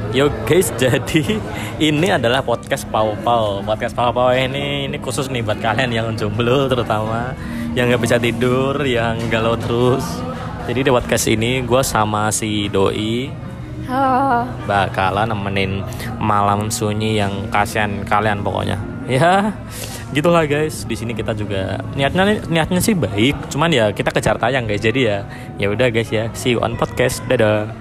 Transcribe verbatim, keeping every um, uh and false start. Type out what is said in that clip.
Yo guys, jadi ini adalah podcast Pau Pau. Podcast Pau Pau ini ini khusus nih buat kalian yang jomblo, terutama yang nggak bisa tidur, yang galau terus. Jadi di podcast ini gue sama si Doi, halo, bakalan nemenin malam sunyi yang kasihan kalian pokoknya. Ya, gitulah guys. Di sini kita juga niatnya niatnya sih baik, cuman ya kita kejar tayang guys. Jadi ya ya udah guys ya. See you on podcast. Dadah.